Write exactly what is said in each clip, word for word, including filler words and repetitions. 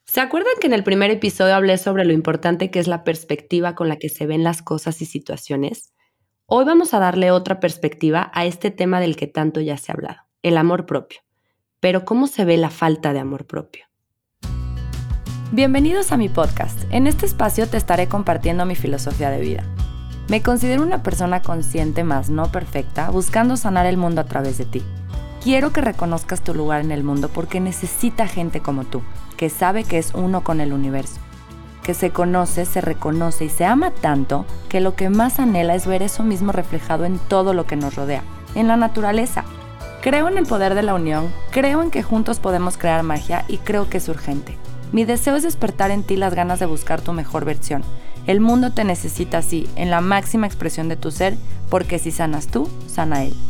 ¿Se acuerdan que en el primer episodio hablé sobre lo importante que es la perspectiva con la que se ven las cosas y situaciones? Hoy vamos a darle otra perspectiva a este tema del que tanto ya se ha hablado, el amor propio. Pero ¿cómo se ve la falta de amor propio? Bienvenidos a mi podcast. En este espacio te estaré compartiendo mi filosofía de vida. Me considero una persona consciente más no perfecta, buscando sanar el mundo a través de ti. Quiero que reconozcas tu lugar en el mundo porque necesita gente como tú, que sabe que es uno con el universo, que se conoce, se reconoce y se ama tanto que lo que más anhela es ver eso mismo reflejado en todo lo que nos rodea, en la naturaleza. Creo en el poder de la unión, creo en que juntos podemos crear magia y creo que es urgente. Mi deseo es despertar en ti las ganas de buscar tu mejor versión. El mundo te necesita así, en la máxima expresión de tu ser, porque si sanas tú, sana él.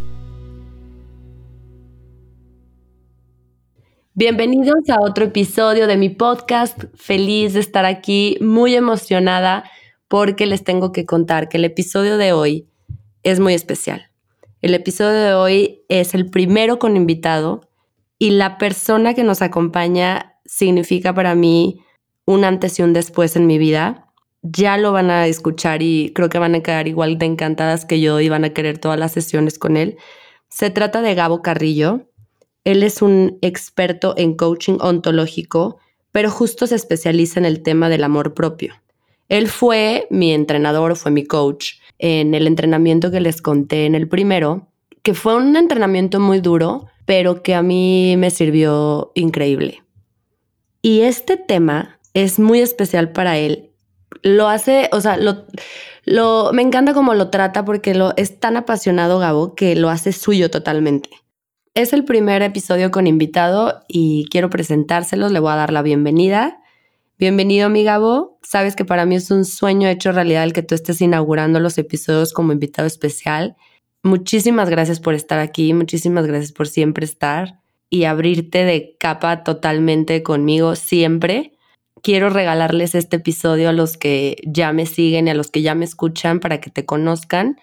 Bienvenidos a otro episodio de mi podcast. Feliz de estar aquí, muy emocionada porque les tengo que contar que el episodio de hoy es muy especial. El episodio de hoy es el primero con invitado y la persona que nos acompaña significa para mí un antes y un después en mi vida. Ya lo van a escuchar y creo que van a quedar igual de encantadas que yo y van a querer todas las sesiones con él. Se trata de Gabo Carrillo. Él es un experto en coaching ontológico, pero justo se especializa en el tema del amor propio. Él fue mi entrenador, fue mi coach en el entrenamiento que les conté en el primero, que fue un entrenamiento muy duro, pero que a mí me sirvió increíble. Y este tema es muy especial para él. Lo hace, o sea, lo, lo, me encanta cómo lo trata porque lo, es tan apasionado Gabo que lo hace suyo totalmente. Es el primer episodio con invitado y quiero presentárselos, le voy a dar la bienvenida. Bienvenido, mi Gabo. Sabes que para mí es un sueño hecho realidad el que tú estés inaugurando los episodios como invitado especial. Muchísimas gracias por estar aquí, muchísimas gracias por siempre estar y abrirte de capa totalmente conmigo siempre. Quiero regalarles este episodio a los que ya me siguen y a los que ya me escuchan para que te conozcan.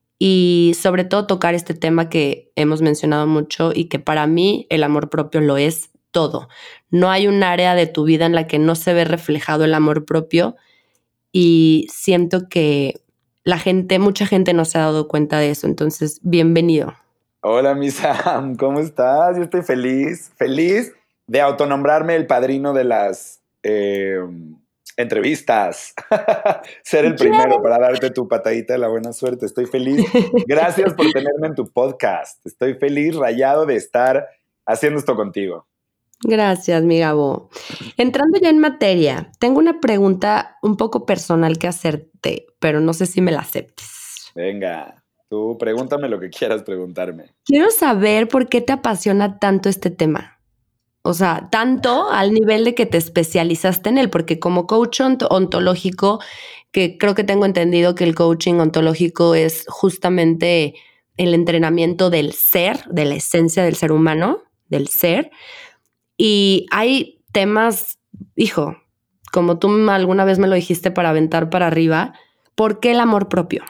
Y sobre todo tocar este tema que hemos mencionado mucho y que para mí el amor propio lo es todo. No hay un área de tu vida en la que no se ve reflejado el amor propio y siento que la gente, mucha gente no se ha dado cuenta de eso. Entonces, bienvenido. Hola, mi Sam, ¿cómo estás? Yo estoy feliz, feliz de autonombrarme el padrino de las eh, entrevistas. Ser el primero yeah. para darte tu patadita de la buena suerte. Estoy feliz. Gracias por tenerme en tu podcast. Estoy feliz, rayado de estar haciendo esto contigo. Gracias, mi Gabo. Entrando ya en materia, tengo una pregunta un poco personal que hacerte, pero no sé si me la aceptes. Venga, tú pregúntame lo que quieras preguntarme. Quiero saber por qué te apasiona tanto este tema. O sea, tanto al nivel de que te especializaste en él, porque como coach ont- ontológico, que creo que tengo entendido que el coaching ontológico es justamente el entrenamiento del ser, de la esencia del ser humano, del ser. Y hay temas, hijo, como tú alguna vez me lo dijiste para aventar para arriba, ¿por qué el amor propio?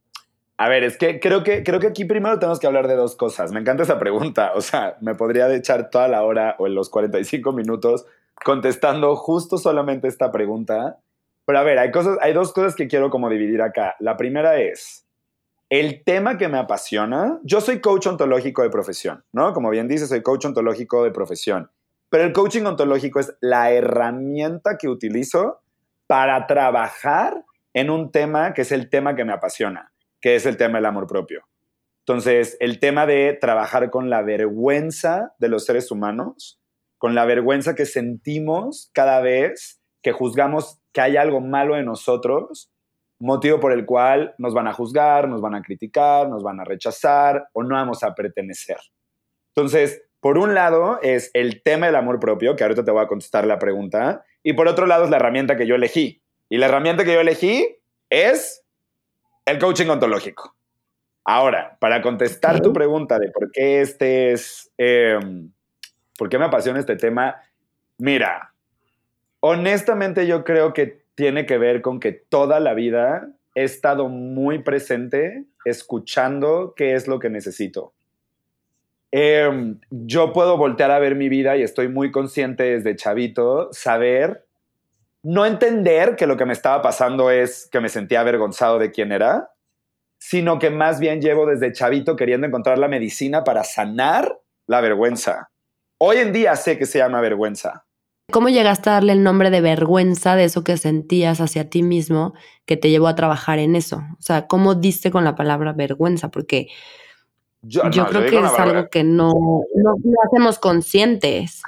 A ver, es que creo que creo que aquí primero tenemos que hablar de dos cosas. Me encanta esa pregunta. O sea, me podría echar toda la hora o en los cuarenta y cinco minutos contestando justo solamente esta pregunta. Pero a ver, hay cosas, hay dos cosas que quiero como dividir acá. La primera es el tema que me apasiona. Yo soy coach ontológico de profesión, ¿no? Como bien dice, soy coach ontológico de profesión. Pero el coaching ontológico es la herramienta que utilizo para trabajar en un tema que es el tema que me apasiona, que es el tema del amor propio. Entonces, el tema de trabajar con la vergüenza de los seres humanos, con la vergüenza que sentimos cada vez que juzgamos que hay algo malo en nosotros, motivo por el cual nos van a juzgar, nos van a criticar, nos van a rechazar o no vamos a pertenecer. Entonces, por un lado es el tema del amor propio, que ahorita te voy a contestar la pregunta, y por otro lado es la herramienta que yo elegí. Y la herramienta que yo elegí es el coaching ontológico. Ahora, para contestar tu pregunta de por qué este es, eh, por qué me apasiona este tema, mira, honestamente yo creo que tiene que ver con que toda la vida he estado muy presente escuchando qué es lo que necesito. eh, yo puedo voltear a ver mi vida y estoy muy consciente desde chavito, saber, no entender que lo que me estaba pasando es que me sentía avergonzado de quién era, sino que más bien llevo desde chavito queriendo encontrar la medicina para sanar la vergüenza. Hoy en día sé que se llama vergüenza. ¿Cómo llegaste a darle el nombre de vergüenza de eso que sentías hacia ti mismo que te llevó a trabajar en eso? O sea, ¿cómo diste con la palabra vergüenza? Porque yo, yo no, creo yo que es algo que no, no, no hacemos conscientes.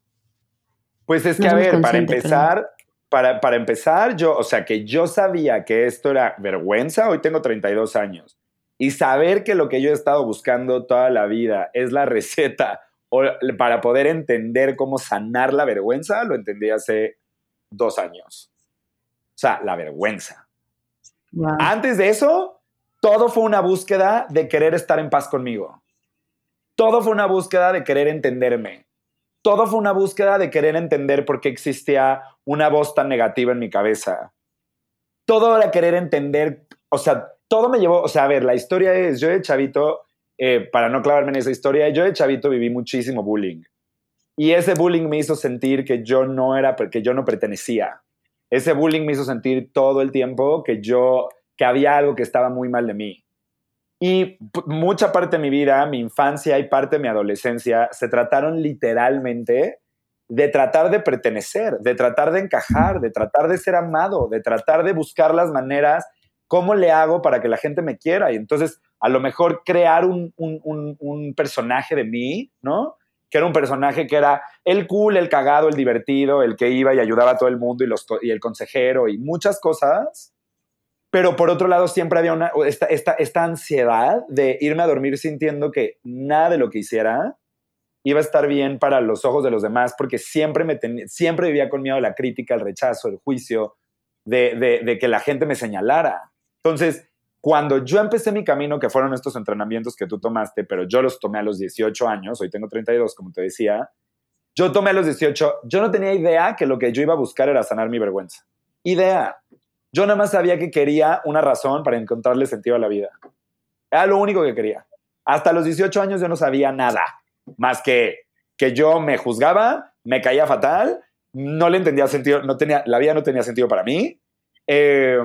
Pues es no que, a ver, para empezar, perdón. para, para empezar, yo, o sea, que yo sabía que esto era vergüenza, hoy tengo treinta y dos años, y saber que lo que yo he estado buscando toda la vida es la receta o, para poder entender cómo sanar la vergüenza, lo entendí hace dos años. O sea, la vergüenza. Wow. Antes de eso, todo fue una búsqueda de querer estar en paz conmigo. Todo fue una búsqueda de querer entenderme. Todo fue una búsqueda de querer entender por qué existía una voz tan negativa en mi cabeza. Todo era querer entender, o sea, todo me llevó, o sea, a ver, la historia es, yo de chavito, eh, para no clavarme en esa historia, yo de chavito viví muchísimo bullying. Y ese bullying me hizo sentir que yo no era, que yo no pertenecía. Ese bullying me hizo sentir todo el tiempo que yo, que había algo que estaba muy mal de mí. Y mucha parte de mi vida, mi infancia y parte de mi adolescencia se trataron literalmente de tratar de pertenecer, de tratar de encajar, de tratar de ser amado, de tratar de buscar las maneras, cómo le hago para que la gente me quiera. Y entonces, a lo mejor crear un, un, un, un personaje de mí, ¿no? Que era un personaje que era el cool, el cagado, el divertido, el que iba y ayudaba a todo el mundo y, los, y el consejero y muchas cosas. Pero por otro lado siempre había una, esta, esta, esta ansiedad de irme a dormir sintiendo que nada de lo que hiciera iba a estar bien para los ojos de los demás, porque siempre, me ten, siempre vivía con miedo a la crítica, el rechazo, el juicio, de, de, de que la gente me señalara. Entonces, cuando yo empecé mi camino, que fueron estos entrenamientos que tú tomaste, pero yo los tomé a los dieciocho años, hoy tengo treinta y dos, como te decía, yo tomé a los dieciocho, yo no tenía idea que lo que yo iba a buscar era sanar mi vergüenza. Idea. Yo nada más sabía que quería una razón para encontrarle sentido a la vida. Era lo único que quería. Hasta los dieciocho años yo no sabía nada, más que que yo me juzgaba, me caía fatal, no le entendía sentido, no tenía, la vida no tenía sentido para mí, eh,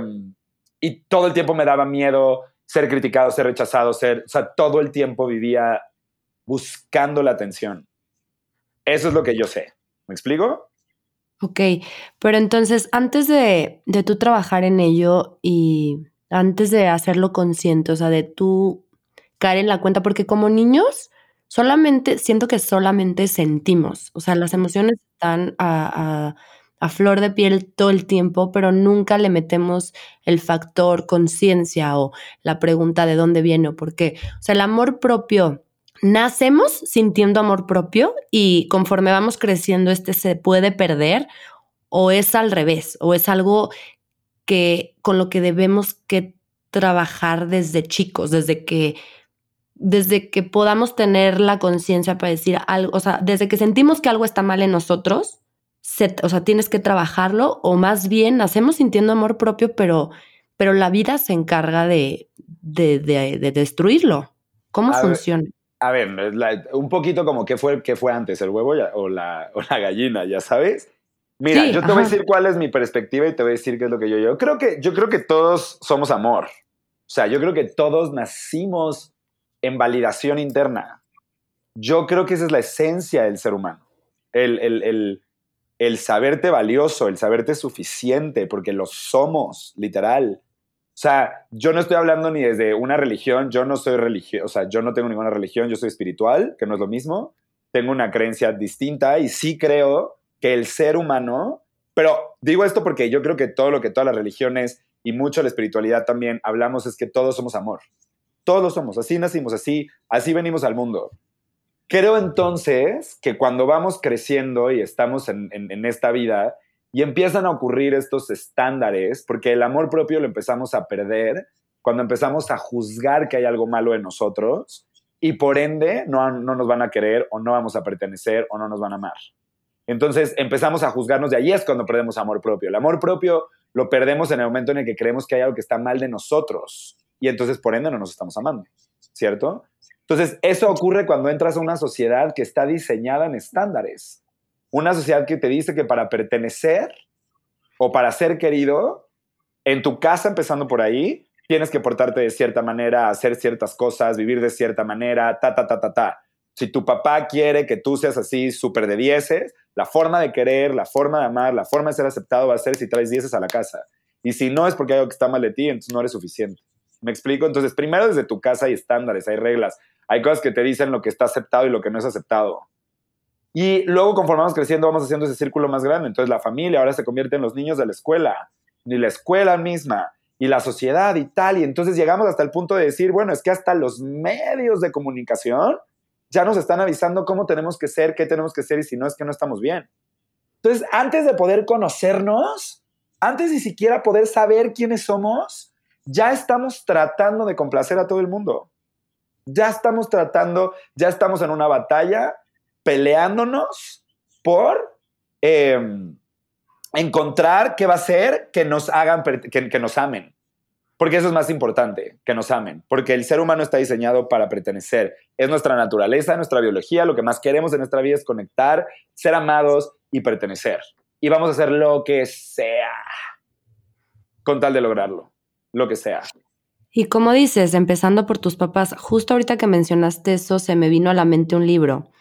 y todo el tiempo me daba miedo ser criticado, ser rechazado, ser, o sea, todo el tiempo vivía buscando la atención. Eso es lo que yo sé. ¿Me explico? Ok, pero entonces antes de, de tú trabajar en ello y antes de hacerlo consciente, o sea, de tú caer en la cuenta, porque como niños solamente, siento que solamente sentimos, o sea, las emociones están a, a, a flor de piel todo el tiempo, pero nunca le metemos el factor conciencia o la pregunta de dónde viene o por qué. O sea, el amor propio, nacemos sintiendo amor propio y conforme vamos creciendo este se puede perder, o es al revés, o es algo que con lo que debemos que trabajar desde chicos, desde que desde que podamos tener la conciencia para decir algo, o sea, desde que sentimos que algo está mal en nosotros, se, o sea, tienes que trabajarlo, o más bien nacemos sintiendo amor propio, pero, pero la vida se encarga de, de, de, de destruirlo. ¿Cómo a funciona? Ver, a ver, la, un poquito como qué fue, qué fue antes, el huevo ya, o, la, o la gallina, ya sabes. Mira, sí, yo te ajá. voy a decir cuál es mi perspectiva y te voy a decir qué es lo que yo yo creo que yo creo que todos somos amor. O sea, yo creo que todos nacimos en validación interna. Yo creo que esa es la esencia del ser humano. El, el, el, el saberte valioso, el saberte suficiente, porque lo somos, literal. O sea, yo no estoy hablando ni desde una religión, yo no soy religioso, o sea, yo no tengo ninguna religión, yo soy espiritual, que no es lo mismo. Tengo una creencia distinta y sí creo que el ser humano, pero digo esto porque yo creo que todo lo que todas las religiones y mucho la espiritualidad también hablamos es que todos somos amor. Todos lo somos, así nacimos, así, así venimos al mundo. Creo entonces que cuando vamos creciendo y estamos en, en, en esta vida y empiezan a ocurrir estos estándares, porque el amor propio lo empezamos a perder cuando empezamos a juzgar que hay algo malo en nosotros y por ende no, no nos van a querer o no vamos a pertenecer o no nos van a amar. Entonces empezamos a juzgarnos y ahí es cuando perdemos amor propio. El amor propio lo perdemos en el momento en el que creemos que hay algo que está mal de nosotros y entonces por ende no nos estamos amando, ¿cierto? Entonces, eso ocurre cuando entras a una sociedad que está diseñada en estándares. Una sociedad que te dice que para pertenecer o para ser querido, en tu casa, empezando por ahí, tienes que portarte de cierta manera, hacer ciertas cosas, vivir de cierta manera, ta, ta, ta, ta, ta. Si tu papá quiere que tú seas así súper de dieces, la forma de querer, la forma de amar, la forma de ser aceptado va a ser si traes dieces a la casa. Y si no es porque hay algo que está mal de ti, entonces no eres suficiente. ¿Me explico? Entonces, primero desde tu casa hay estándares, hay reglas, hay cosas que te dicen lo que está aceptado y lo que no es aceptado. Y luego, conforme vamos creciendo, vamos haciendo ese círculo más grande. Entonces, la familia ahora se convierte en los niños de la escuela, ni la escuela misma, y la sociedad y tal. Y entonces llegamos hasta el punto de decir, bueno, es que hasta los medios de comunicación ya nos están avisando cómo tenemos que ser, qué tenemos que ser, y si no, es que no estamos bien. Entonces, antes de poder conocernos, antes de siquiera poder saber quiénes somos, ya estamos tratando de complacer a todo el mundo. Ya estamos tratando, ya estamos en una batalla, peleándonos por eh, encontrar qué va a ser que nos hagan, que, que nos amen. Porque eso es más importante, que nos amen. Porque el ser humano está diseñado para pertenecer. Es nuestra naturaleza, nuestra biología. Lo que más queremos en nuestra vida es conectar, ser amados y pertenecer. Y vamos a hacer lo que sea con tal de lograrlo. Lo que sea. Y como dices, empezando por tus papás, justo ahorita que mencionaste eso, se me vino a la mente un libro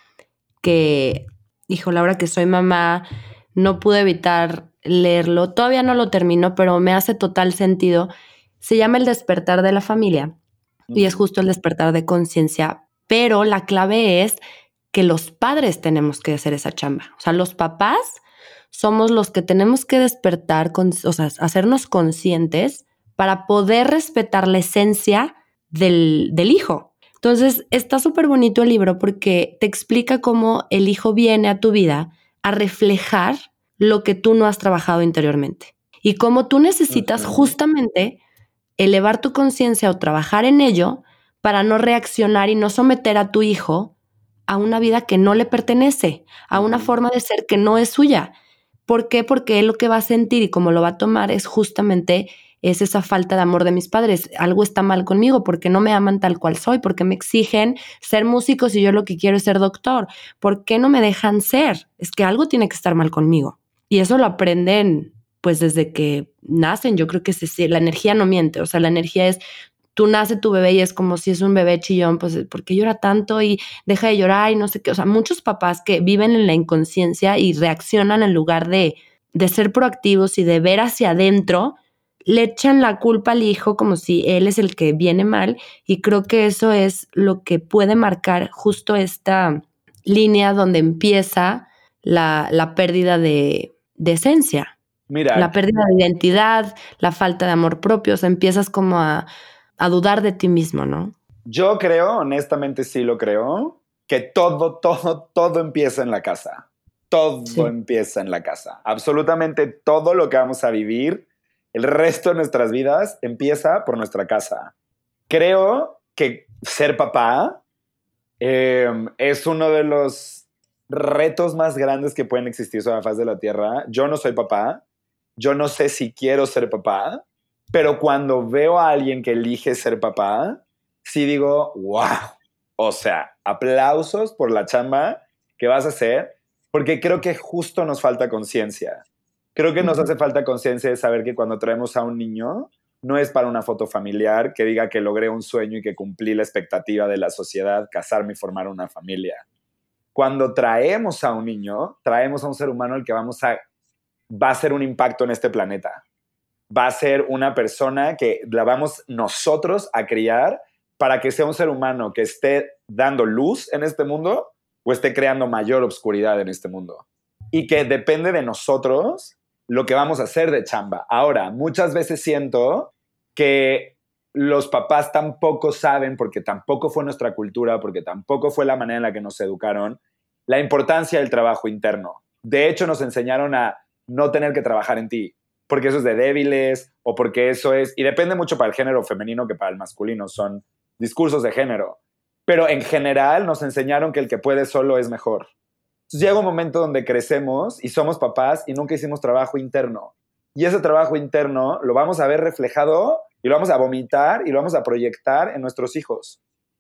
que, hijo, ahora que soy mamá, no pude evitar leerlo. Todavía no lo termino, pero me hace total sentido. Se llama El despertar de la familia y es justo el despertar de conciencia, pero la clave es que los padres tenemos que hacer esa chamba. O sea, los papás somos los que tenemos que despertar, con, o sea, hacernos conscientes para poder respetar la esencia del, del hijo. Entonces, está súper bonito el libro porque te explica cómo el hijo viene a tu vida a reflejar lo que tú no has trabajado interiormente y cómo tú necesitas uh-huh. justamente elevar tu conciencia o trabajar en ello para no reaccionar y no someter a tu hijo a una vida que no le pertenece, a una forma de ser que no es suya. ¿Por qué? Porque él lo que va a sentir y cómo lo va a tomar es justamente es esa falta de amor de mis padres. Algo está mal conmigo porque no me aman tal cual soy, porque me exigen ser músico si yo lo que quiero es ser doctor. ¿Por qué no me dejan ser? Es que algo tiene que estar mal conmigo. Y eso lo aprenden pues desde que nacen. Yo creo que se, la energía no miente. O sea, la energía es, tú nace tu bebé y es como si es un bebé chillón, pues ¿por qué llora tanto? Y deja de llorar y no sé qué. O sea, muchos papás que viven en la inconsciencia y reaccionan en lugar de, de ser proactivos y de ver hacia adentro, le echan la culpa al hijo como si él es el que viene mal, y creo que eso es lo que puede marcar justo esta línea donde empieza la, la pérdida de, de esencia. Mira, la pérdida de identidad, la falta de amor propio, o sea, empiezas como a, a dudar de ti mismo, ¿no? Yo creo, honestamente sí lo creo, que todo, todo, todo empieza en la casa. Todo sí. empieza en la casa. Absolutamente todo lo que vamos a vivir el resto de nuestras vidas empieza por nuestra casa. Creo que ser papá eh, es uno de los retos más grandes que pueden existir sobre la faz de la tierra. Yo no soy papá. Yo no sé si quiero ser papá. Pero cuando veo a alguien que elige ser papá, sí digo, wow. O sea, aplausos por la chamba que vas a hacer, porque creo que justo nos falta conciencia. Creo que nos hace falta conciencia de saber que cuando traemos a un niño, no es para una foto familiar que diga que logré un sueño y que cumplí la expectativa de la sociedad, casarme y formar una familia. Cuando traemos a un niño, traemos a un ser humano el que vamos a, va a hacer un impacto en este planeta. Va a ser una persona que la vamos nosotros a criar para que sea un ser humano que esté dando luz en este mundo o esté creando mayor oscuridad en este mundo. Y que depende de nosotros lo que vamos a hacer de chamba. Ahora, muchas veces siento que los papás tampoco saben, porque tampoco fue nuestra cultura, porque tampoco fue la manera en la que nos educaron, la importancia del trabajo interno. De hecho, nos enseñaron a no tener que trabajar en ti, porque eso es de débiles, o porque eso es... Y depende mucho para el género femenino que para el masculino, son discursos de género. Pero en general nos enseñaron que el que puede solo es mejor. Entonces llega un momento donde crecemos y somos papás y nunca hicimos trabajo interno. Y ese trabajo interno lo vamos a ver reflejado y lo vamos a vomitar y lo vamos a proyectar en nuestros hijos.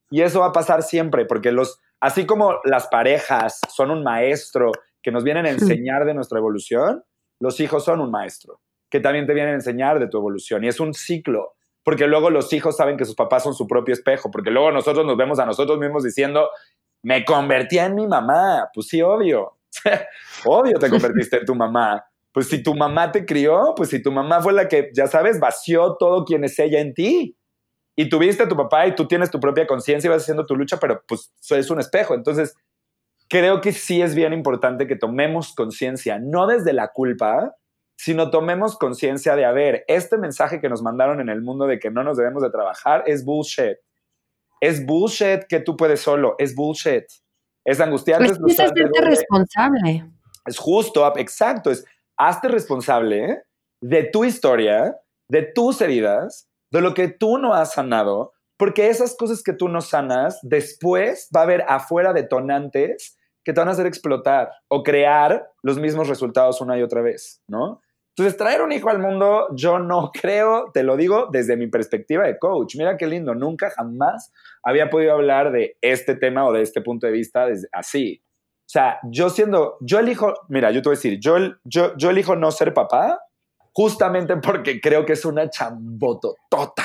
Y eso va a pasar siempre, porque los, así como las parejas son un maestro que nos vienen a enseñar de nuestra evolución, los hijos son un maestro que también te vienen a enseñar de tu evolución. Y es un ciclo, porque luego los hijos saben que sus papás son su propio espejo, porque luego nosotros nos vemos a nosotros mismos diciendo, me convertí en mi mamá. Pues sí, obvio. Obvio te convertiste en tu mamá. Pues si tu mamá te crió, pues si tu mamá fue la que, ya sabes, vació todo quien es ella en ti. Y tuviste a tu papá y tú tienes tu propia conciencia y vas haciendo tu lucha, pero pues es un espejo. Entonces, creo que sí es bien importante que tomemos conciencia, no desde la culpa, sino tomemos conciencia de, a ver, este mensaje que nos mandaron en el mundo de que no nos debemos de trabajar es bullshit. Es bullshit que tú puedes solo, es bullshit. Es angustiante. Pues es hacerte responsable. Es justo, exacto, es hazte responsable de tu historia, de tus heridas, de lo que tú no has sanado, porque esas cosas que tú no sanas, después va a haber afuera detonantes que te van a hacer explotar o crear los mismos resultados una y otra vez, ¿no? Entonces, traer un hijo al mundo, yo no creo, te lo digo desde mi perspectiva de coach. Mira qué lindo, nunca jamás había podido hablar de este tema o de este punto de vista desde, así. O sea, yo siendo, yo elijo, mira, yo te voy a decir, yo, yo, yo elijo no ser papá justamente porque creo que es una chambototota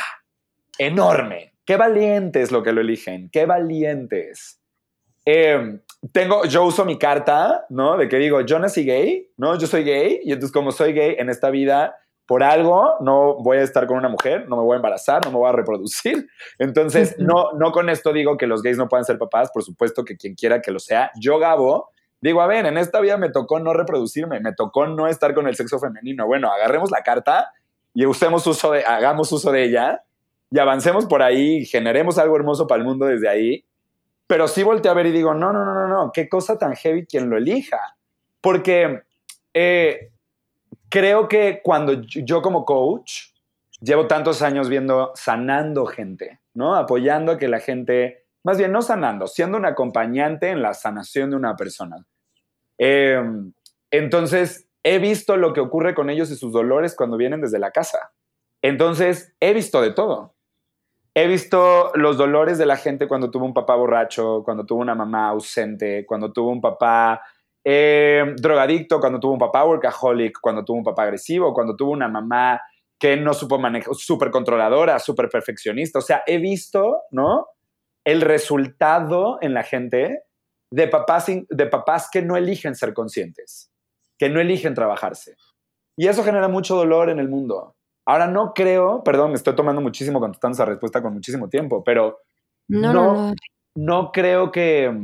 enorme. Qué valientes lo que lo eligen, qué valientes. Eh, tengo, yo uso mi carta, ¿no? De que digo, yo nací gay, ¿no? Yo soy gay y entonces como soy gay en esta vida, por algo no voy a estar con una mujer, no me voy a embarazar, no me voy a reproducir. Entonces, uh-huh. no, no con esto digo que los gays no puedan ser papás, por supuesto que quien quiera que lo sea. Yo, Gabo, digo, a ver, en esta vida me tocó no reproducirme, me tocó no estar con el sexo femenino. Bueno, agarremos la carta y usemos uso de, hagamos uso de ella y avancemos por ahí y generemos algo hermoso para el mundo desde ahí. Pero sí volteé a ver y digo, no, no, no, no, no, qué cosa tan heavy quien lo elija. Porque eh, creo que cuando yo como coach llevo tantos años viendo, sanando gente, ¿no? Apoyando a que la gente, más bien no sanando, siendo un acompañante en la sanación de una persona. Eh, entonces, he visto lo que ocurre con ellos y sus dolores cuando vienen desde la casa. Entonces, he visto de todo. He visto los dolores de la gente cuando tuvo un papá borracho, cuando tuvo una mamá ausente, cuando tuvo un papá eh, drogadicto, cuando tuvo un papá workaholic, cuando tuvo un papá agresivo, cuando tuvo una mamá que no supo manejar, súper controladora, súper perfeccionista. O sea, he visto, ¿no?, el resultado en la gente de papás, de papás que no eligen ser conscientes, que no eligen trabajarse. Y eso genera mucho dolor en el mundo. Ahora no creo, perdón, me estoy tomando muchísimo contestando esa respuesta con muchísimo tiempo, pero no, no, no, no. no creo que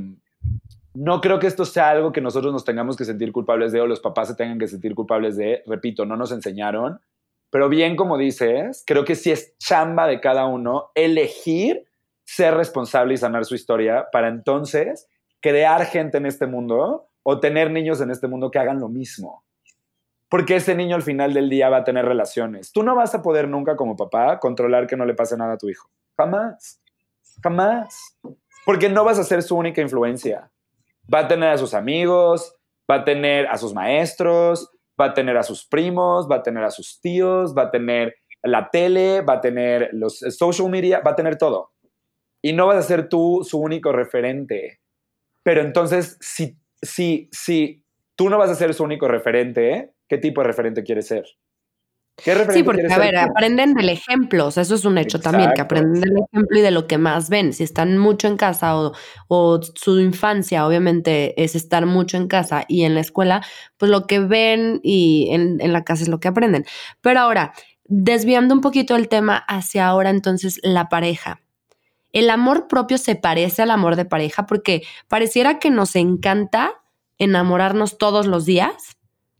no creo que esto sea algo que nosotros nos tengamos que sentir culpables de o los papás se tengan que sentir culpables de. Repito, no nos enseñaron, pero bien como dices, creo que sí es chamba de cada uno elegir ser responsable y sanar su historia para entonces crear gente en este mundo o tener niños en este mundo que hagan lo mismo. Porque ese niño al final del día va a tener relaciones. Tú no vas a poder nunca como papá controlar que no le pase nada a tu hijo. Jamás. Jamás. Porque no vas a ser su única influencia. Va a tener a sus amigos, va a tener a sus maestros, va a tener a sus primos, va a tener a sus tíos, va a tener la tele, va a tener los social media, va a tener todo. Y no vas a ser tú su único referente. Pero entonces, si, si, si tú no vas a ser su único referente, ¿qué tipo de referente quieres ser? ¿Qué referente sí, porque, quieres a ser ver, tú? aprenden del ejemplo. O sea, eso es un hecho Exacto. también, que aprenden del ejemplo y de lo que más ven. Si están mucho en casa o, o su infancia, obviamente, es estar mucho en casa y en la escuela, pues lo que ven y en, en la casa es lo que aprenden. Pero ahora, desviando un poquito el tema hacia ahora, entonces, la pareja. ¿El amor propio se parece al amor de pareja? Porque pareciera que nos encanta enamorarnos todos los días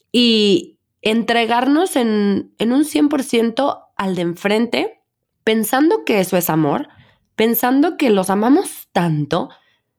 y entregarnos en, en un cien por ciento al de enfrente, pensando que eso es amor, pensando que los amamos tanto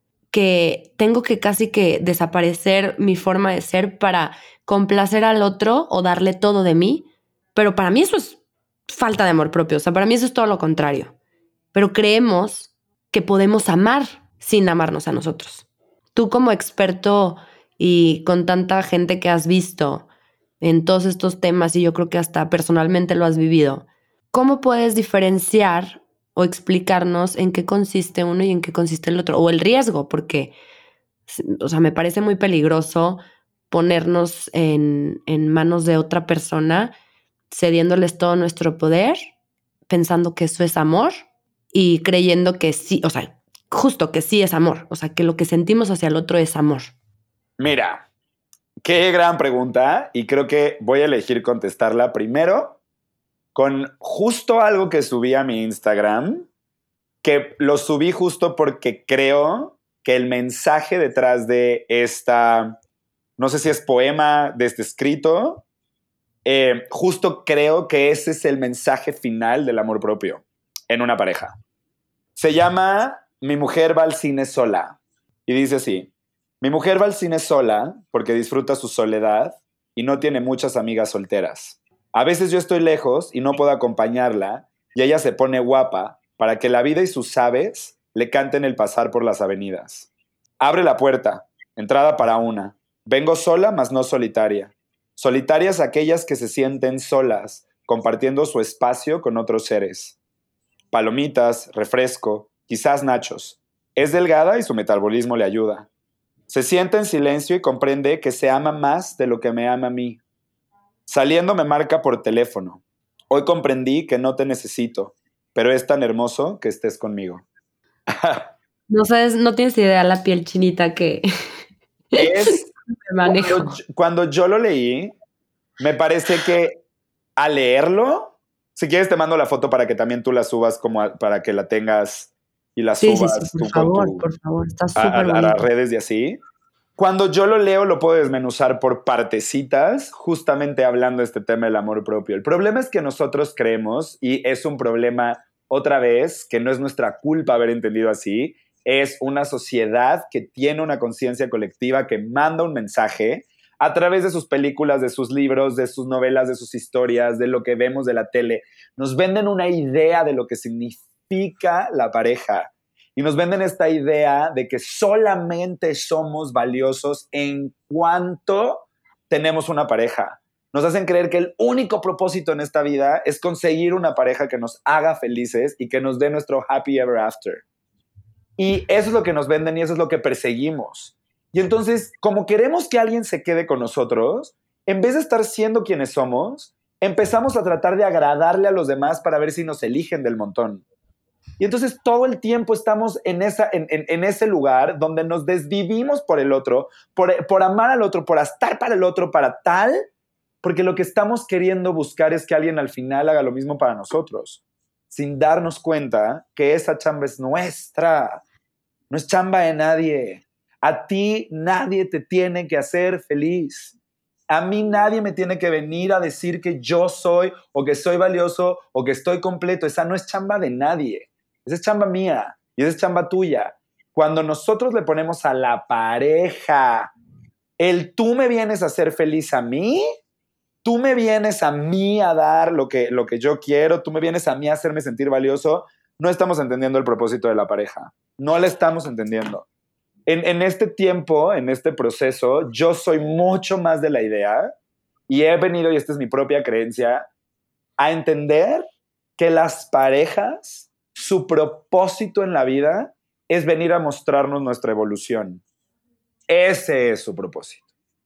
que tengo que casi que desaparecer mi forma de ser para complacer al otro o darle todo de mí. Pero para mí eso es falta de amor propio. O sea, para mí eso es todo lo contrario. Pero creemos que podemos amar sin amarnos a nosotros. Tú como experto y con tanta gente que has visto en todos estos temas, y yo creo que hasta personalmente lo has vivido, ¿cómo puedes diferenciar o explicarnos en qué consiste uno y en qué consiste el otro, o el riesgo, porque, o sea, me parece muy peligroso ponernos en, en manos de otra persona, cediéndoles todo nuestro poder, pensando que eso es amor y creyendo que sí, o sea, justo que sí es amor, o sea, que lo que sentimos hacia el otro es amor. Mira, qué gran pregunta, y creo que voy a elegir contestarla primero con justo algo que subí a mi Instagram, que lo subí justo porque creo que el mensaje detrás de esta, no sé si es poema, de este escrito, eh, justo creo que ese es el mensaje final del amor propio en una pareja. Se llama Mi mujer va al cine sola, y dice así: mi mujer va al cine sola porque disfruta su soledad y no tiene muchas amigas solteras. A veces yo estoy lejos y no puedo acompañarla y ella se pone guapa para que la vida y sus aves le canten el pasar por las avenidas. Abre la puerta, entrada para una. Vengo sola, mas no solitaria. Solitarias aquellas que se sienten solas, compartiendo su espacio con otros seres. Palomitas, refresco, quizás nachos. Es delgada y su metabolismo le ayuda. Se sienta en silencio y comprende que se ama más de lo que me ama a mí. Saliendo me marca por teléfono. Hoy comprendí que no te necesito, pero es tan hermoso que estés conmigo. No sabes, no tienes idea la piel chinita que Es me manejo. Cuando, cuando yo lo leí, me parece que al leerlo, si quieres te mando la foto para que también tú la subas, como a, para que la tengas y la Sí, subas sí, sí, por tú favor, con tu, por favor, está a, súper a- a bonito. las redes y así. Cuando yo lo leo, lo puedo desmenuzar por partecitas, justamente hablando de este tema del amor propio. El problema es que nosotros creemos, y es un problema otra vez, que no es nuestra culpa haber entendido así, es una sociedad que tiene una conciencia colectiva que manda un mensaje a través de sus películas, de sus libros, de sus novelas, de sus historias, de lo que vemos de la tele. Nos venden una idea de lo que significa la pareja. Y nos venden esta idea de que solamente somos valiosos en cuanto tenemos una pareja. Nos hacen creer que el único propósito en esta vida es conseguir una pareja que nos haga felices y que nos dé nuestro happy ever after. Y eso es lo que nos venden y eso es lo que perseguimos. Y entonces, como queremos que alguien se quede con nosotros, en vez de estar siendo quienes somos, empezamos a tratar de agradarle a los demás para ver si nos eligen del montón. Y entonces todo el tiempo estamos en, esa, en, en, en ese lugar donde nos desvivimos por el otro, por, por amar al otro, por estar para el otro, para tal, porque lo que estamos queriendo buscar es que alguien al final haga lo mismo para nosotros, sin darnos cuenta que esa chamba es nuestra, no es chamba de nadie. A ti nadie te tiene que hacer feliz. A mí nadie me tiene que venir a decir que yo soy o que soy valioso o que estoy completo. Esa no es chamba de nadie. Esa es chamba mía y esa es chamba tuya. Cuando nosotros le ponemos a la pareja el tú me vienes a hacer feliz a mí, tú me vienes a mí a dar lo que, lo que yo quiero, tú me vienes a mí a hacerme sentir valioso, no estamos entendiendo el propósito de la pareja. No la estamos entendiendo. En, en este tiempo, en este proceso, yo soy mucho más de la idea y he venido, y esta es mi propia creencia, a entender que las parejas, su propósito en la vida es venir a mostrarnos nuestra evolución. Ese es su propósito.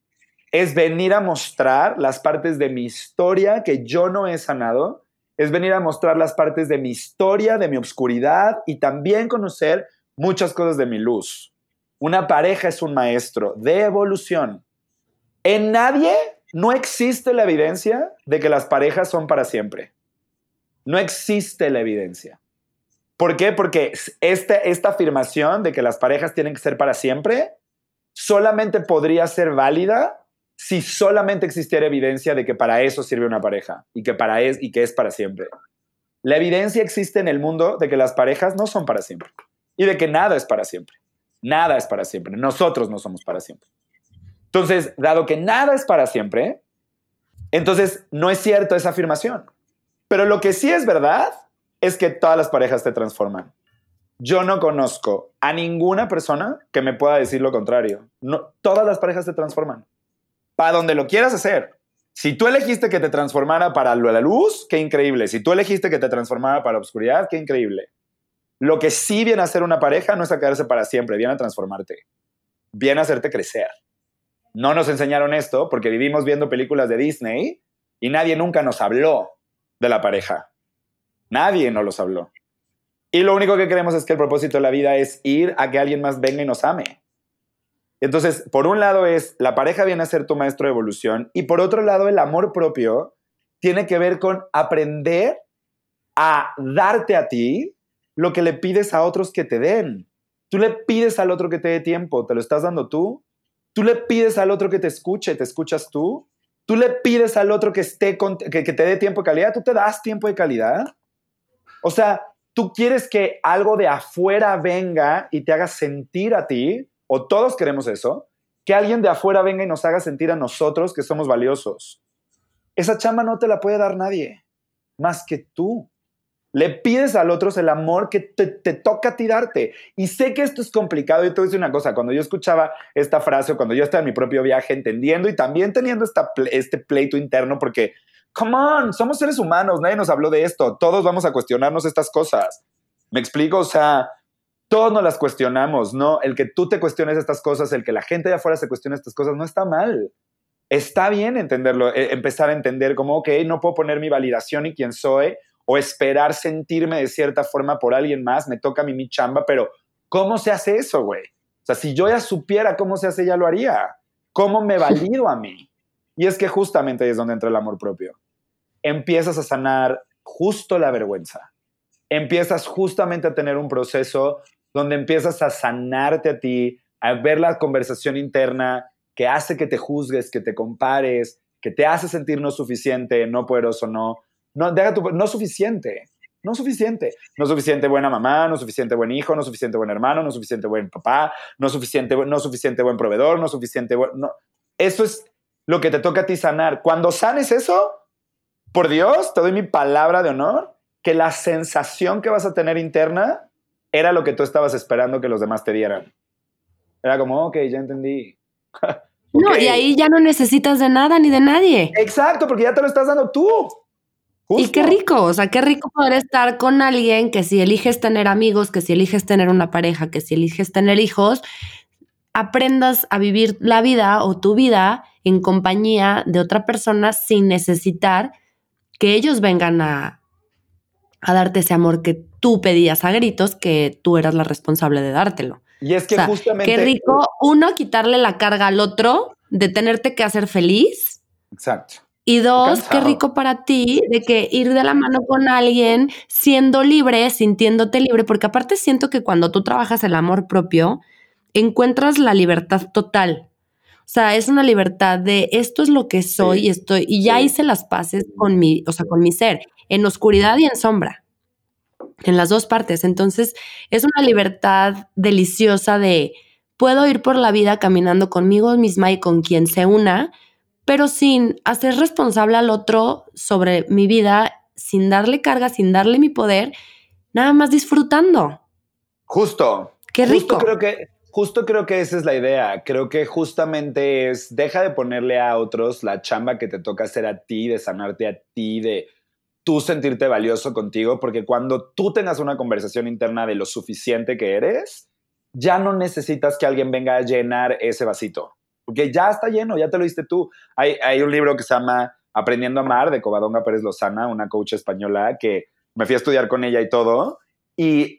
Es venir a mostrar las partes de mi historia que yo no he sanado, es venir a mostrar las partes de mi historia, de mi oscuridad y también conocer muchas cosas de mi luz. Una pareja es un maestro de evolución. En nadie no existe la evidencia de que las parejas son para siempre. No existe la evidencia. ¿Por qué? Porque esta, esta afirmación de que las parejas tienen que ser para siempre solamente podría ser válida si solamente existiera evidencia de que para eso sirve una pareja y que, para es, y que es para siempre. La evidencia existe en el mundo de que las parejas no son para siempre y de que nada es para siempre. Nada es para siempre. Nosotros no somos para siempre. Entonces, dado que nada es para siempre, entonces no es cierto esa afirmación. Pero lo que sí es verdad es que todas las parejas te transforman. Yo no conozco a ninguna persona que me pueda decir lo contrario. No, todas las parejas te transforman. Para donde lo quieras hacer. Si tú elegiste que te transformara para la luz, qué increíble. Si tú elegiste que te transformara para la oscuridad, qué increíble. Lo que sí viene a ser una pareja no es a quedarse para siempre, viene a transformarte, viene a hacerte crecer. No nos enseñaron esto porque vivimos viendo películas de Disney y nadie nunca nos habló de la pareja. Nadie nos los habló. Y lo único que queremos es que el propósito de la vida es ir a que alguien más venga y nos ame. Entonces, por un lado es, la pareja viene a ser tu maestro de evolución, y por otro lado, el amor propio tiene que ver con aprender a darte a ti lo que le pides a otros que te den. Tú le pides al otro que te dé tiempo, ¿te lo estás dando tú? Tú le pides al otro que te escuche, ¿te escuchas tú? Tú le pides al otro que, esté con, que, que te dé tiempo de calidad, ¿tú te das tiempo de calidad? O sea, tú quieres que algo de afuera venga y te haga sentir a ti, o todos queremos eso, que alguien de afuera venga y nos haga sentir a nosotros que somos valiosos. Esa chamba no te la puede dar nadie, más que tú. Le pides al otro el amor que te, te toca a ti darte. Y sé que esto es complicado, y te voy a decir una cosa. Cuando yo escuchaba esta frase, o cuando yo estaba en mi propio viaje entendiendo y también teniendo esta, este pleito interno, porque, come on, somos seres humanos, nadie nos habló de esto. Todos vamos a cuestionarnos estas cosas. ¿Me explico? O sea, todos nos las cuestionamos, ¿no? El que tú te cuestiones estas cosas, el que la gente de afuera se cuestione estas cosas, no está mal. Está bien entenderlo, eh, empezar a entender como, ok, no puedo poner mi validación y quién soy, o esperar sentirme de cierta forma por alguien más, me toca a mí mi chamba, pero ¿cómo se hace eso, güey? O sea, si yo ya supiera cómo se hace, ya lo haría. ¿Cómo me valido a mí? Y es que justamente ahí es donde entra el amor propio. Empiezas a sanar justo la vergüenza. Empiezas justamente a tener un proceso donde empiezas a sanarte a ti, a ver la conversación interna que hace que te juzgues, que te compares, que te hace sentir no suficiente, no poderoso, no. No, deja tu, no suficiente, no suficiente. No suficiente buena mamá, no suficiente buen hijo, no suficiente buen hermano, no suficiente buen papá, no suficiente, no suficiente buen proveedor, no suficiente buen... No. Eso es lo que te toca a ti sanar. Cuando sanes eso, por Dios, te doy mi palabra de honor, que la sensación que vas a tener interna era lo que tú estabas esperando que los demás te dieran. Era como, ok, ya entendí. Okay. No, y ahí ya no necesitas de nada ni de nadie. Exacto, porque ya te lo estás dando tú. Justo. Y qué rico, o sea, qué rico poder estar con alguien que si eliges tener amigos, que si eliges tener una pareja, que si eliges tener hijos, aprendas a vivir la vida o tu vida en compañía de otra persona sin necesitar que ellos vengan a, a darte ese amor que tú pedías a gritos, que tú eras la responsable de dártelo. Y es que o sea, justamente... Qué rico, uno, quitarle la carga al otro de tenerte que hacer feliz. Exacto. Y dos, qué rico para ti de que ir de la mano con alguien siendo libre, sintiéndote libre, porque aparte siento que cuando tú trabajas el amor propio, encuentras la libertad total. O sea, es una libertad de esto es lo que soy sí, y estoy, y ya sí. hice las paces con mi, o sea, con mi ser, en oscuridad y en sombra, en las dos partes. Entonces, es una libertad deliciosa de puedo ir por la vida caminando conmigo misma y con quien se una, pero sin hacer responsable al otro sobre mi vida, sin darle carga, sin darle mi poder, nada más disfrutando. Justo. Qué rico. Justo creo que, justo creo que esa es la idea. Creo que justamente es, deja de ponerle a otros la chamba que te toca hacer a ti, de sanarte a ti, de tú sentirte valioso contigo, porque cuando tú tengas una conversación interna de lo suficiente que eres, ya no necesitas que alguien venga a llenar ese vasito. Porque ya está lleno, ya te lo diste tú. Hay, hay un libro que se llama Aprendiendo a Amar, de Covadonga Pérez Lozana, una coach española que me fui a estudiar con ella y todo. Y